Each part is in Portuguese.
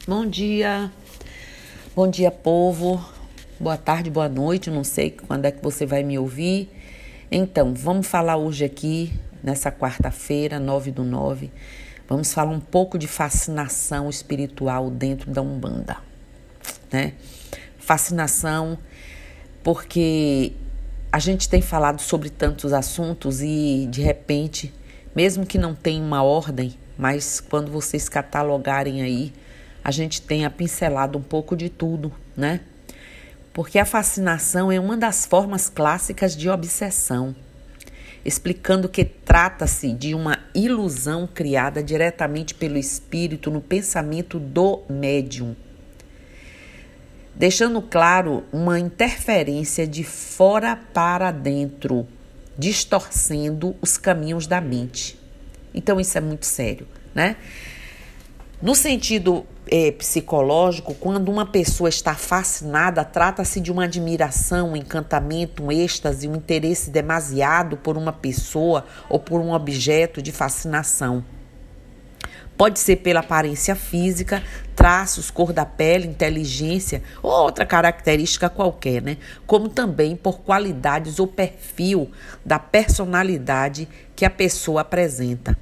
Bom dia, povo. Boa tarde, boa noite. Não sei quando é que você vai me ouvir. Então, vamos falar hoje aqui, nessa quarta-feira, 9/9. Vamos falar um pouco de fascinação espiritual dentro da Umbanda, né? Fascinação, porque a gente tem falado sobre tantos assuntos e, de repente, mesmo que não tenha uma ordem, mas quando vocês catalogarem aí, a gente tenha pincelado um pouco de tudo, né? Porque a fascinação é uma das formas clássicas de obsessão, explicando que trata-se de uma ilusão criada diretamente pelo espírito no pensamento do médium, deixando claro uma interferência de fora para dentro, distorcendo os caminhos da mente. Então isso é muito sério, né? No sentido psicológico, quando uma pessoa está fascinada, trata-se de uma admiração, um encantamento, um êxtase, um interesse demasiado por uma pessoa ou por um objeto de fascinação. Pode ser pela aparência física, traços, cor da pele, inteligência ou outra característica qualquer, né? Como também por qualidades ou perfil da personalidade que a pessoa apresenta.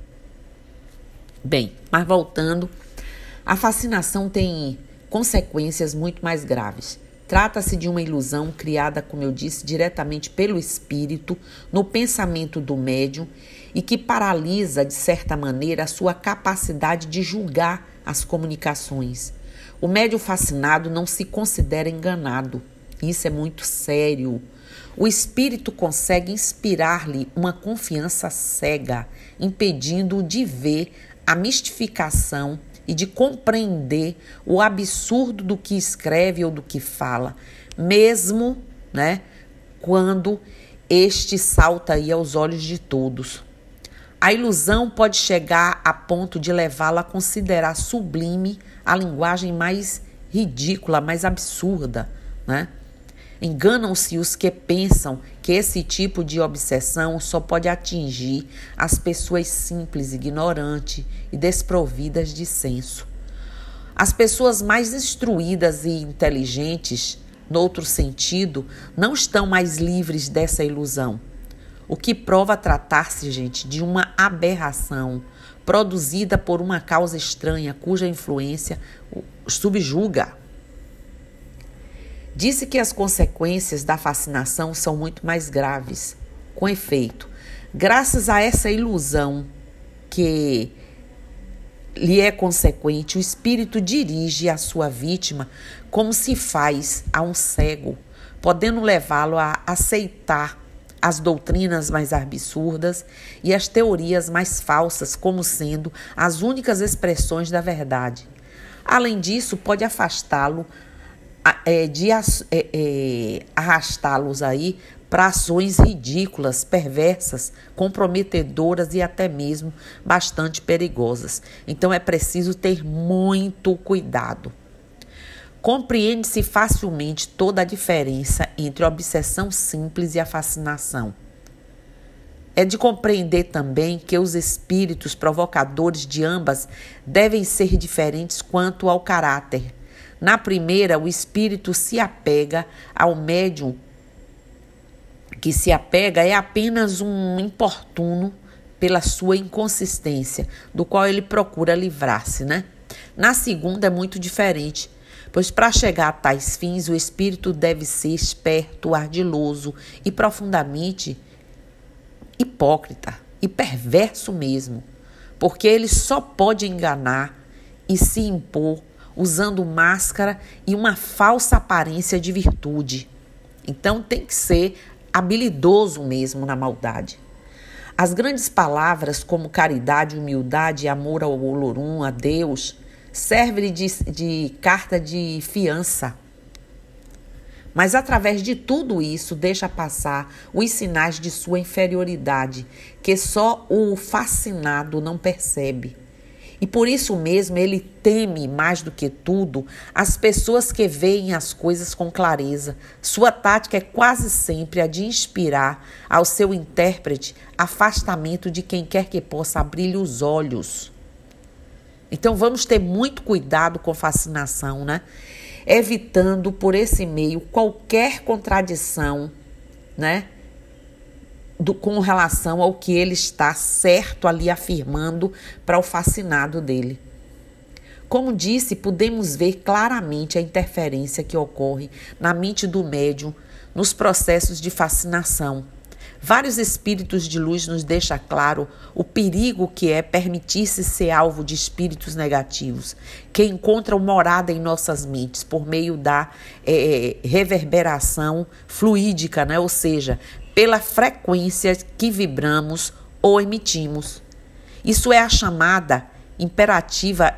Bem, mas voltando, a fascinação tem consequências muito mais graves. Trata-se de uma ilusão criada, como eu disse, diretamente pelo espírito, no pensamento do médium e que paralisa, de certa maneira, a sua capacidade de julgar as comunicações. O médium fascinado não se considera enganado. Isso é muito sério. O espírito consegue inspirar-lhe uma confiança cega, impedindo-o de ver a mistificação e de compreender o absurdo do que escreve ou do que fala, mesmo, né, quando este salta aí aos olhos de todos. A ilusão pode chegar a ponto de levá-lo a considerar sublime a linguagem mais ridícula, mais absurda, né? Enganam-se os que pensam que esse tipo de obsessão só pode atingir as pessoas simples, ignorantes e desprovidas de senso. As pessoas mais instruídas e inteligentes, no outro sentido, não estão mais livres dessa ilusão. O que prova tratar-se, gente, de uma aberração produzida por uma causa estranha cuja influência o subjuga. Disse que as consequências da fascinação são muito mais graves. Com efeito, graças a essa ilusão que lhe é consequente, o espírito dirige a sua vítima como se faz a um cego, podendo levá-lo a aceitar as doutrinas mais absurdas e as teorias mais falsas como sendo as únicas expressões da verdade. Além disso, pode afastá-lo arrastá-los aí para ações ridículas, perversas, comprometedoras e até mesmo bastante perigosas. Então é preciso ter muito cuidado. Compreende-se facilmente toda a diferença entre a obsessão simples e a fascinação. É de compreender também que os espíritos provocadores de ambas devem ser diferentes quanto ao caráter. Na primeira, o espírito se apega ao médium, que se apega é apenas um importuno pela sua inconsistência, do qual ele procura livrar-se, né? Na segunda é muito diferente, pois para chegar a tais fins, o espírito deve ser esperto, ardiloso e profundamente hipócrita e perverso mesmo, porque ele só pode enganar e se impor usando máscara e uma falsa aparência de virtude. Então tem que ser habilidoso mesmo na maldade. As grandes palavras como caridade, humildade e amor ao Olorum, a Deus, servem de carta de fiança. Mas através de tudo isso deixa passar os sinais de sua inferioridade, que só o fascinado não percebe. E por isso mesmo ele teme mais do que tudo as pessoas que veem as coisas com clareza. Sua tática é quase sempre a de inspirar ao seu intérprete afastamento de quem quer que possa abrir-lhe os olhos. Então vamos ter muito cuidado com fascinação, né? Evitando por esse meio qualquer contradição, né? Com relação ao que ele está certo ali afirmando para o fascinado dele. Como disse, podemos ver claramente a interferência que ocorre na mente do médium nos processos de fascinação. Vários espíritos de luz nos deixam claro o perigo que é permitir-se ser alvo de espíritos negativos, que encontram morada em nossas mentes por meio da reverberação fluídica, né? Ou seja, pela frequência que vibramos ou emitimos. Isso é a chamada imperativa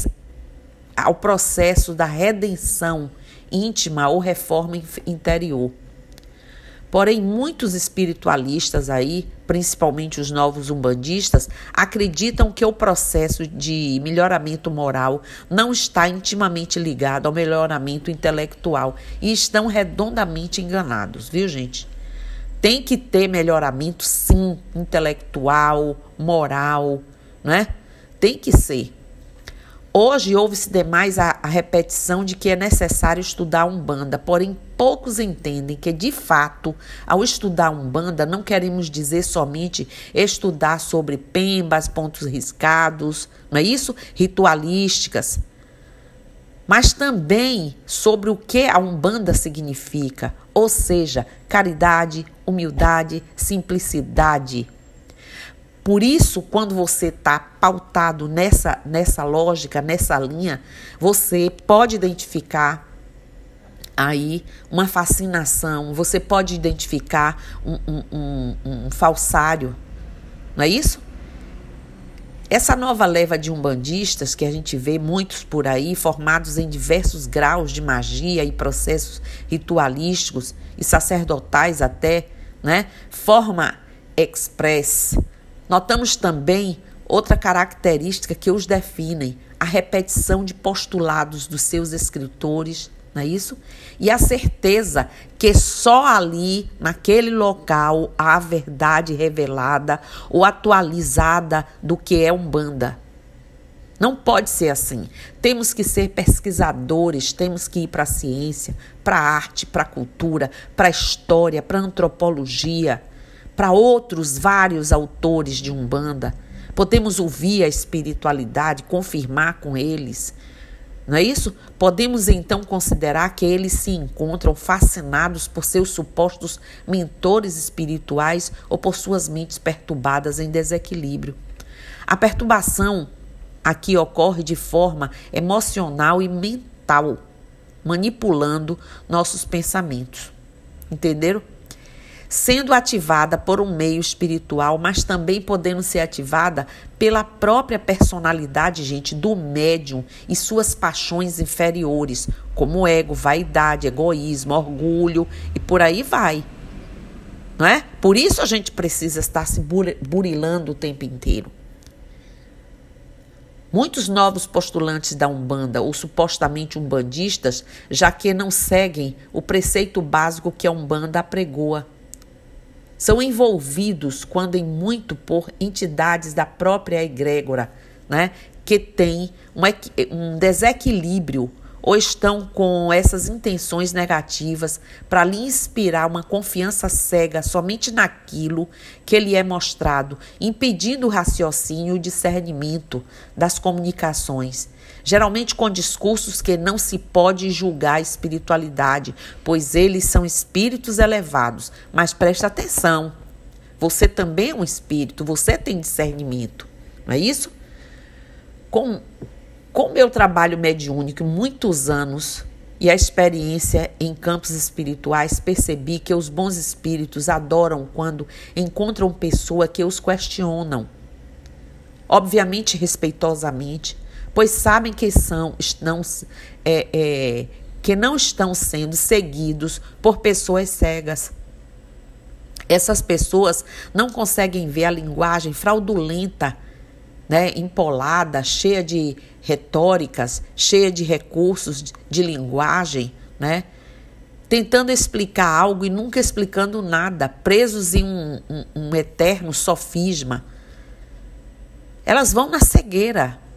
ao processo da redenção íntima ou reforma interior. Porém, muitos espiritualistas aí, principalmente os novos umbandistas, acreditam que o processo de melhoramento moral não está intimamente ligado ao melhoramento intelectual e estão redondamente enganados, viu, gente? Tem que ter melhoramento, sim, intelectual, moral, né? Tem que ser. Hoje ouve-se demais a repetição de que é necessário estudar Umbanda, porém poucos entendem que, de fato, ao estudar Umbanda, não queremos dizer somente estudar sobre pembas, pontos riscados, não é isso? Ritualísticas, mas também sobre o que a Umbanda significa, ou seja, caridade, humildade, simplicidade. Por isso, quando você está pautado nessa lógica, nessa linha, você pode identificar aí uma fascinação, você pode identificar um falsário, não é isso? Essa nova leva de umbandistas, que a gente vê muitos por aí, formados em diversos graus de magia e processos ritualísticos e sacerdotais até, né? Forma express. Notamos também outra característica que os definem, a repetição de postulados dos seus escritores, não é isso? E a certeza que só ali, naquele local, há a verdade revelada ou atualizada do que é Umbanda. Não pode ser assim. Temos que ser pesquisadores, temos que ir para a ciência, para a arte, para a cultura, para a história, para a antropologia, para outros vários autores de Umbanda. Podemos ouvir a espiritualidade, confirmar com eles. Não é isso? Podemos então considerar que eles se encontram fascinados por seus supostos mentores espirituais ou por suas mentes perturbadas em desequilíbrio. A perturbação aqui ocorre de forma emocional e mental, manipulando nossos pensamentos. Entenderam? Sendo ativada por um meio espiritual, mas também podendo ser ativada pela própria personalidade, gente, do médium e suas paixões inferiores, como ego, vaidade, egoísmo, orgulho e por aí vai. Não é? Por isso a gente precisa estar se burilando o tempo inteiro. Muitos novos postulantes da Umbanda, ou supostamente umbandistas, já que não seguem o preceito básico que a Umbanda apregoa, são envolvidos, quando em muito, por entidades da própria egrégora, né, que têm um desequilíbrio ou estão com essas intenções negativas para lhe inspirar uma confiança cega somente naquilo que lhe é mostrado, impedindo o raciocínio e o discernimento das comunicações. Geralmente com discursos que não se pode julgar a espiritualidade, pois eles são espíritos elevados. Mas presta atenção, você também é um espírito, você tem discernimento, não é isso? Com meu trabalho mediúnico, muitos anos, e a experiência em campos espirituais, percebi que os bons espíritos adoram quando encontram pessoas que os questionam, obviamente respeitosamente, pois sabem que que não estão sendo seguidos por pessoas cegas. Essas pessoas não conseguem ver a linguagem fraudulenta, né, empolada, cheia de retóricas, cheia de recursos de linguagem, né, tentando explicar algo e nunca explicando nada, presos em um eterno sofisma. Elas vão na cegueira.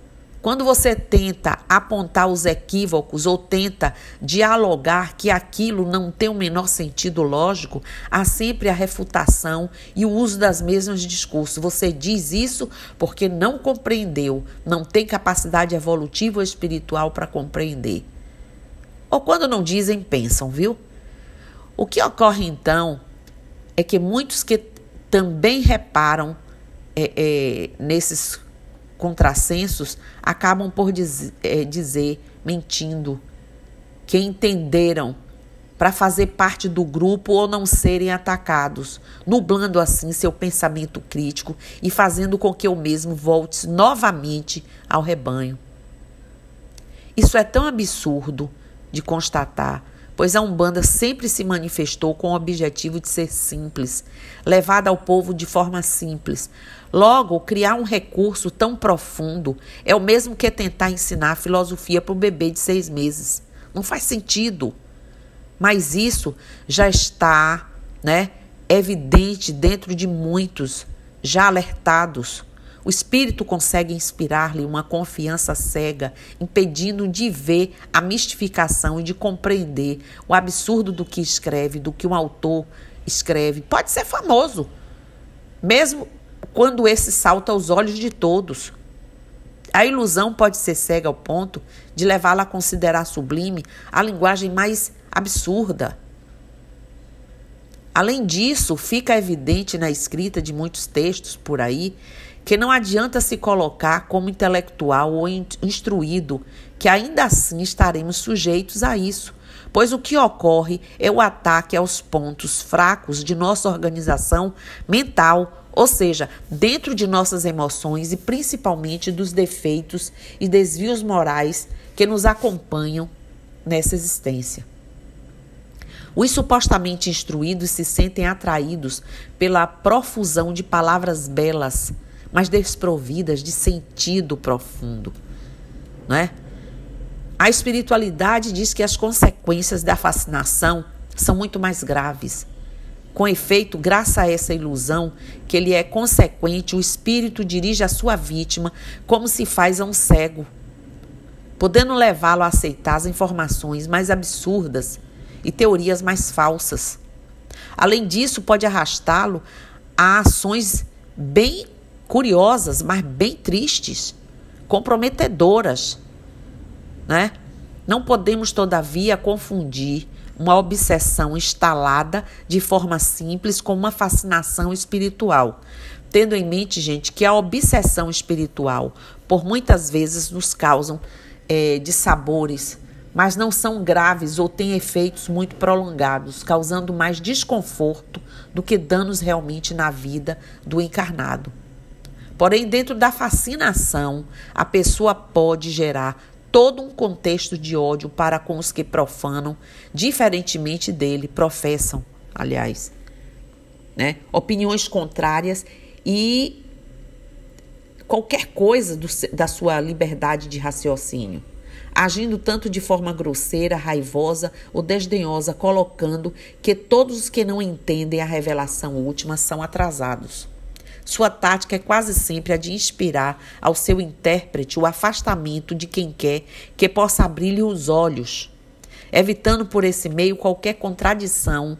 Quando você tenta apontar os equívocos ou tenta dialogar que aquilo não tem o menor sentido lógico, há sempre a refutação e o uso das mesmas discursos. Você diz isso porque não compreendeu, não tem capacidade evolutiva ou espiritual para compreender. Ou quando não dizem, pensam, viu? O que ocorre então é que muitos que também reparam nesses contrassensos acabam por dizer, mentindo, que entenderam para fazer parte do grupo ou não serem atacados, nublando assim seu pensamento crítico e fazendo com que eu mesmo volte novamente ao rebanho. Isso é tão absurdo de constatar, pois a Umbanda sempre se manifestou com o objetivo de ser simples, levada ao povo de forma simples. Logo, criar um recurso tão profundo é o mesmo que tentar ensinar filosofia para um bebê de 6 meses. Não faz sentido. Mas isso já está, evidente dentro de muitos, já alertados. O espírito consegue inspirar-lhe uma confiança cega, impedindo de ver a mistificação e de compreender o absurdo do que escreve, do que um autor escreve. Pode ser famoso, mesmo quando esse salta aos olhos de todos. A ilusão pode ser cega ao ponto de levá-la a considerar sublime a linguagem mais absurda. Além disso, fica evidente na escrita de muitos textos por aí que não adianta se colocar como intelectual ou instruído, que ainda assim estaremos sujeitos a isso, pois o que ocorre é o ataque aos pontos fracos de nossa organização mental, ou seja, dentro de nossas emoções e principalmente dos defeitos e desvios morais que nos acompanham nessa existência. Os supostamente instruídos se sentem atraídos pela profusão de palavras belas, mas desprovidas de sentido profundo, não é? A espiritualidade diz que as consequências da fascinação são muito mais graves. Com efeito, graças a essa ilusão que ele é consequente, o espírito dirige a sua vítima como se faz a um cego, podendo levá-lo a aceitar as informações mais absurdas e teorias mais falsas. Além disso, pode arrastá-lo a ações bem curiosas, mas bem tristes, comprometedoras, né? Não podemos, todavia, confundir uma obsessão instalada de forma simples com uma fascinação espiritual, tendo em mente, gente, que a obsessão espiritual, por muitas vezes, nos causam dissabores, mas não são graves ou têm efeitos muito prolongados, causando mais desconforto do que danos realmente na vida do encarnado. Porém, dentro da fascinação, a pessoa pode gerar todo um contexto de ódio para com os que profanam, diferentemente dele, professam, aliás, opiniões contrárias e qualquer coisa da sua liberdade de raciocínio, agindo tanto de forma grosseira, raivosa ou desdenhosa, colocando que todos os que não entendem a revelação última são atrasados. Sua tática é quase sempre a de inspirar ao seu intérprete o afastamento de quem quer que possa abrir-lhe os olhos, evitando por esse meio qualquer contradição,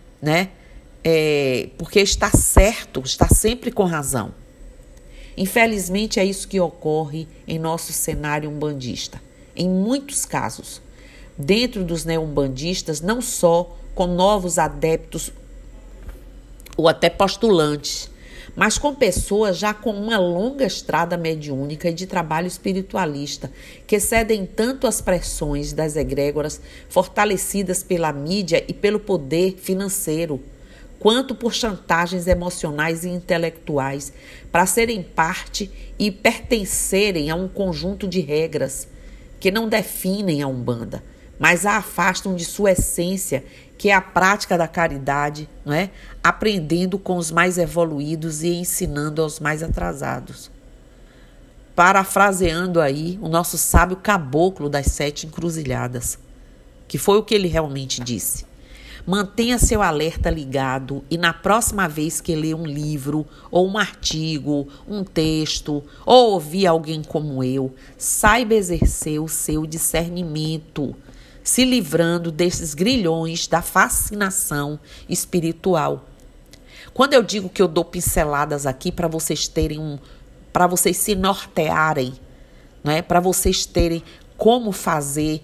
porque está certo, está sempre com razão. Infelizmente é isso que ocorre em nosso cenário umbandista. Em muitos casos, dentro dos neo-umbandistas, não só com novos adeptos ou até postulantes, mas com pessoas já com uma longa estrada mediúnica e de trabalho espiritualista, que cedem tanto às pressões das egrégoras fortalecidas pela mídia e pelo poder financeiro, quanto por chantagens emocionais e intelectuais, para serem parte e pertencerem a um conjunto de regras que não definem a Umbanda, mas a afastam de sua essência, que é a prática da caridade, aprendendo com os mais evoluídos e ensinando aos mais atrasados. Parafraseando aí o nosso sábio caboclo das 7 encruzilhadas, que foi o que ele realmente disse. Mantenha seu alerta ligado e na próxima vez que ler um livro, ou um artigo, um texto, ou ouvir alguém como eu, saiba exercer o seu discernimento, se livrando desses grilhões da fascinação espiritual. Quando eu digo que eu dou pinceladas aqui para vocês para vocês se nortearem, né? Para vocês terem como fazer,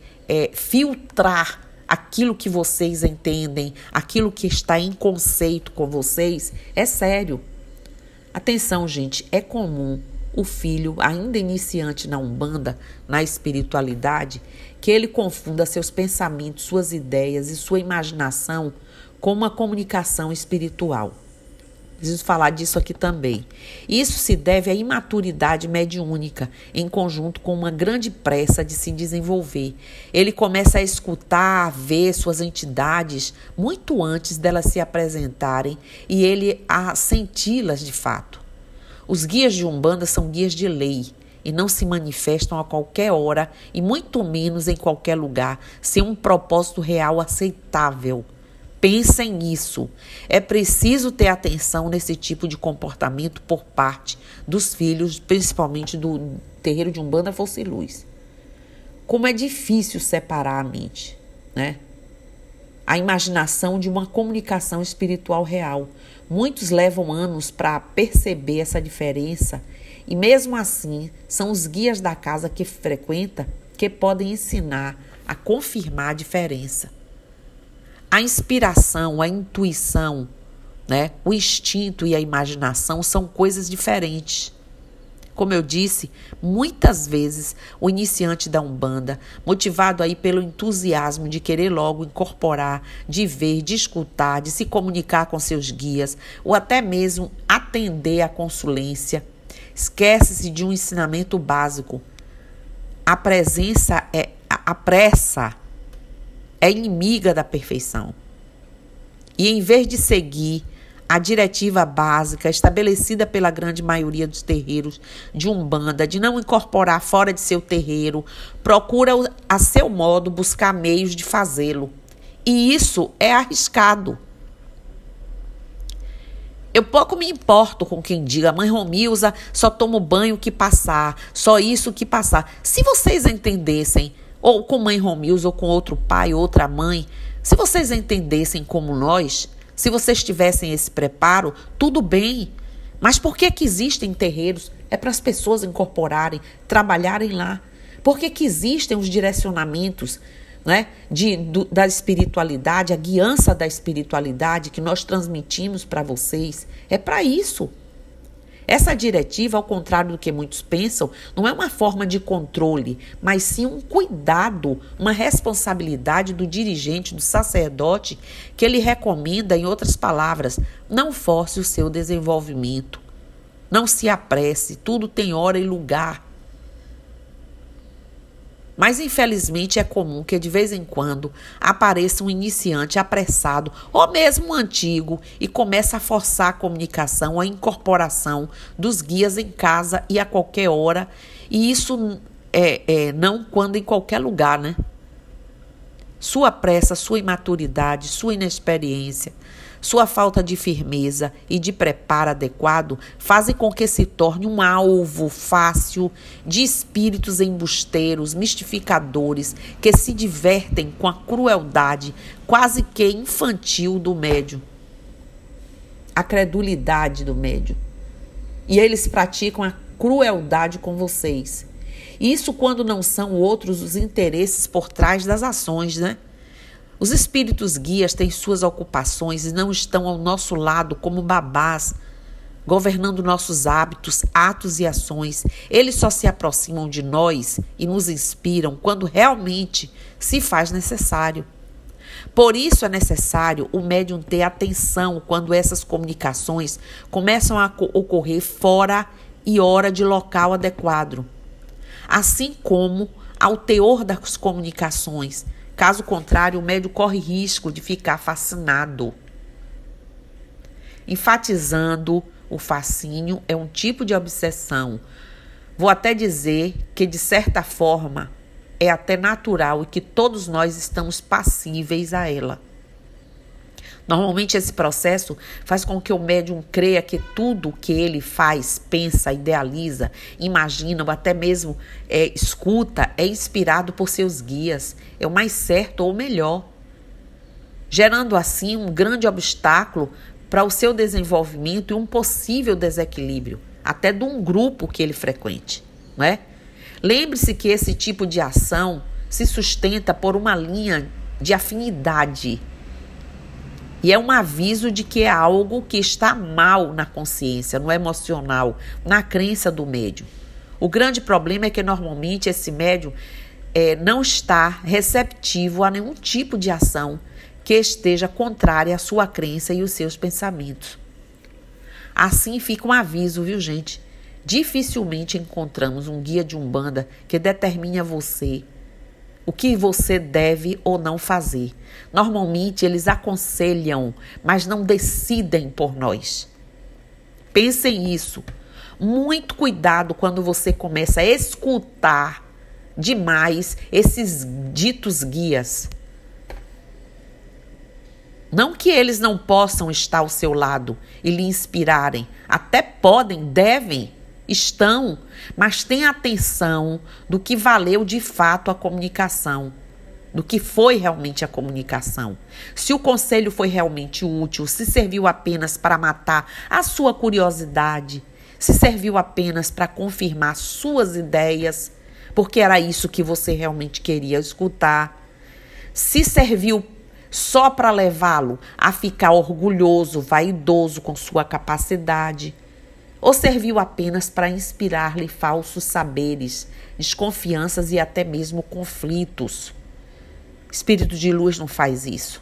filtrar aquilo que vocês entendem, aquilo que está em conceito com vocês, é sério. Atenção, gente, é comum o filho, ainda iniciante na Umbanda, na espiritualidade, que ele confunda seus pensamentos, suas ideias e sua imaginação com uma comunicação espiritual. Preciso falar disso aqui também. Isso se deve à imaturidade mediúnica, em conjunto com uma grande pressa de se desenvolver. Ele começa a escutar, a ver suas entidades muito antes delas se apresentarem e ele a senti-las de fato. Os guias de Umbanda são guias de lei e não se manifestam a qualquer hora e muito menos em qualquer lugar, sem um propósito real aceitável. Pensem nisso. É preciso ter atenção nesse tipo de comportamento por parte dos filhos, principalmente do terreiro de Umbanda Força e Luz. Como é difícil separar a mente, né? A imaginação de uma comunicação espiritual real. Muitos levam anos para perceber essa diferença e mesmo assim são os guias da casa que frequenta que podem ensinar a confirmar a diferença. A inspiração, a intuição, né? O instinto e a imaginação são coisas diferentes. Como eu disse, muitas vezes o iniciante da Umbanda, motivado aí pelo entusiasmo de querer logo incorporar, de ver, de escutar, de se comunicar com seus guias, ou até mesmo atender à consulência, esquece-se de um ensinamento básico. A pressa é inimiga da perfeição. E em vez de seguir a diretiva básica estabelecida pela grande maioria dos terreiros de Umbanda, de não incorporar fora de seu terreiro, procura a seu modo buscar meios de fazê-lo. E isso é arriscado. Eu pouco me importo com quem diga, mãe Romilza, só tomo banho que passar, só isso que passar. Se vocês entendessem, ou com mãe Romilza, ou com outro pai, outra mãe, se vocês entendessem como nós, se vocês tivessem esse preparo, tudo bem. Mas por que existem terreiros? É para as pessoas incorporarem, trabalharem lá. Por que existem os direcionamentos, né, da espiritualidade, a guiança da espiritualidade que nós transmitimos para vocês? É para isso. Essa diretiva, ao contrário do que muitos pensam, não é uma forma de controle, mas sim um cuidado, uma responsabilidade do dirigente, do sacerdote, que ele recomenda, em outras palavras, não force o seu desenvolvimento. Não se apresse, tudo tem hora e lugar. Mas, infelizmente, é comum que, de vez em quando, apareça um iniciante apressado ou mesmo um antigo e comece a forçar a comunicação, a incorporação dos guias em casa e a qualquer hora. E isso não quando em qualquer lugar, né? Sua pressa, sua imaturidade, sua inexperiência, sua falta de firmeza e de preparo adequado fazem com que se torne um alvo fácil de espíritos embusteiros, mistificadores, que se divertem com a crueldade quase que infantil do médium. A credulidade do médium. E eles praticam a crueldade com vocês. Isso quando não são outros os interesses por trás das ações, né? Os espíritos guias têm suas ocupações e não estão ao nosso lado como babás, governando nossos hábitos, atos e ações. Eles só se aproximam de nós e nos inspiram quando realmente se faz necessário. Por isso é necessário o médium ter atenção quando essas comunicações começam a ocorrer fora e hora de local adequado, assim como ao teor das comunicações. Caso contrário, o médium corre risco de ficar fascinado. Enfatizando o fascínio é um tipo de obsessão. Vou até dizer que, de certa forma, é até natural e que todos nós estamos passíveis a ela. Normalmente esse processo faz com que o médium creia que tudo que ele faz, pensa, idealiza, imagina ou até mesmo escuta é inspirado por seus guias, é o mais certo ou melhor, gerando assim um grande obstáculo para o seu desenvolvimento e um possível desequilíbrio, até de um grupo que ele frequente, não é? Lembre-se que esse tipo de ação se sustenta por uma linha de afinidade. E é um aviso de que é algo que está mal na consciência, no emocional, na crença do médium. O grande problema é que normalmente esse médium não está receptivo a nenhum tipo de ação que esteja contrária à sua crença e os seus pensamentos. Assim fica um aviso, viu, gente? Dificilmente encontramos um guia de Umbanda que determine a você o que você deve ou não fazer. Normalmente eles aconselham, mas não decidem por nós. Pensem nisso. Muito cuidado quando você começa a escutar demais esses ditos guias. Não que eles não possam estar ao seu lado e lhe inspirarem. Até podem, devem, estão, mas tenha atenção do que valeu de fato a comunicação, do que foi realmente a comunicação. Se o conselho foi realmente útil, se serviu apenas para matar a sua curiosidade, se serviu apenas para confirmar suas ideias, porque era isso que você realmente queria escutar, se serviu só para levá-lo a ficar orgulhoso, vaidoso com sua capacidade, ou serviu apenas para inspirar-lhe falsos saberes, desconfianças e até mesmo conflitos. Espírito de luz não faz isso.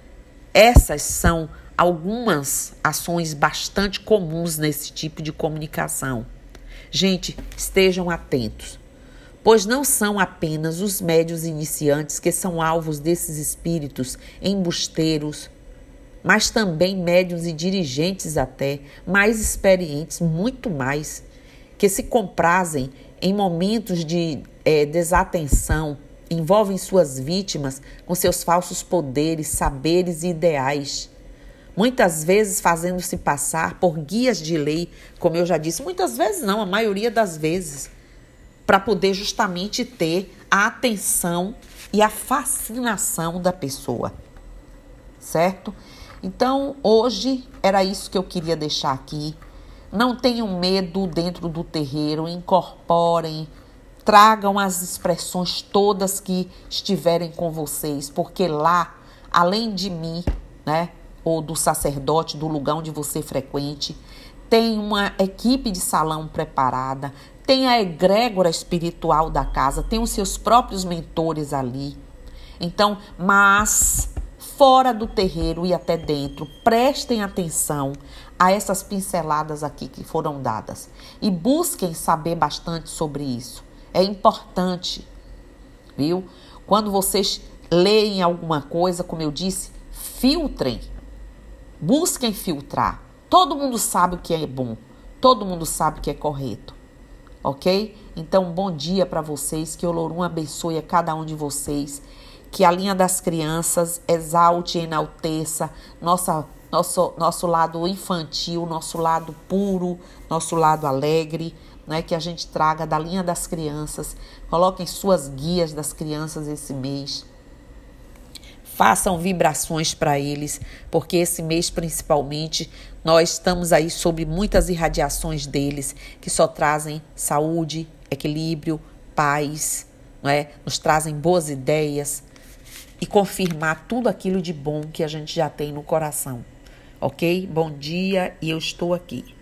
Essas são algumas ações bastante comuns nesse tipo de comunicação. Gente, estejam atentos, pois não são apenas os médiuns iniciantes que são alvos desses espíritos embusteiros, mas também médiuns e dirigentes até, mais experientes, muito mais, que se comprazem em momentos de desatenção, envolvem suas vítimas com seus falsos poderes, saberes e ideais, muitas vezes fazendo-se passar por guias de lei, como eu já disse, muitas vezes não, a maioria das vezes, para poder justamente ter a atenção e a fascinação da pessoa, certo? Então, hoje era isso que eu queria deixar aqui. Não tenham medo dentro do terreiro, incorporem, tragam as expressões todas que estiverem com vocês, porque lá, além de mim, né, ou do sacerdote do lugar onde você frequente, tem uma equipe de salão preparada, tem a egrégora espiritual da casa, tem os seus próprios mentores ali. Então, mas fora do terreiro e até dentro, prestem atenção a essas pinceladas aqui que foram dadas e busquem saber bastante sobre isso. É importante, viu? Quando vocês leem alguma coisa, como eu disse, filtrem, busquem filtrar. Todo mundo sabe o que é bom, todo mundo sabe o que é correto, ok? Então, bom dia para vocês, que o Olorum abençoe a cada um de vocês, que a linha das crianças exalte e enalteça nosso lado infantil, nosso lado puro, nosso lado alegre, né? Que a gente traga da linha das crianças, coloquem suas guias das crianças esse mês, façam vibrações para eles, porque esse mês principalmente nós estamos aí sob muitas irradiações deles, que só trazem saúde, equilíbrio, paz, não é? Nos trazem boas ideias e confirmar tudo aquilo de bom que a gente já tem no coração, ok? Bom dia e eu estou aqui.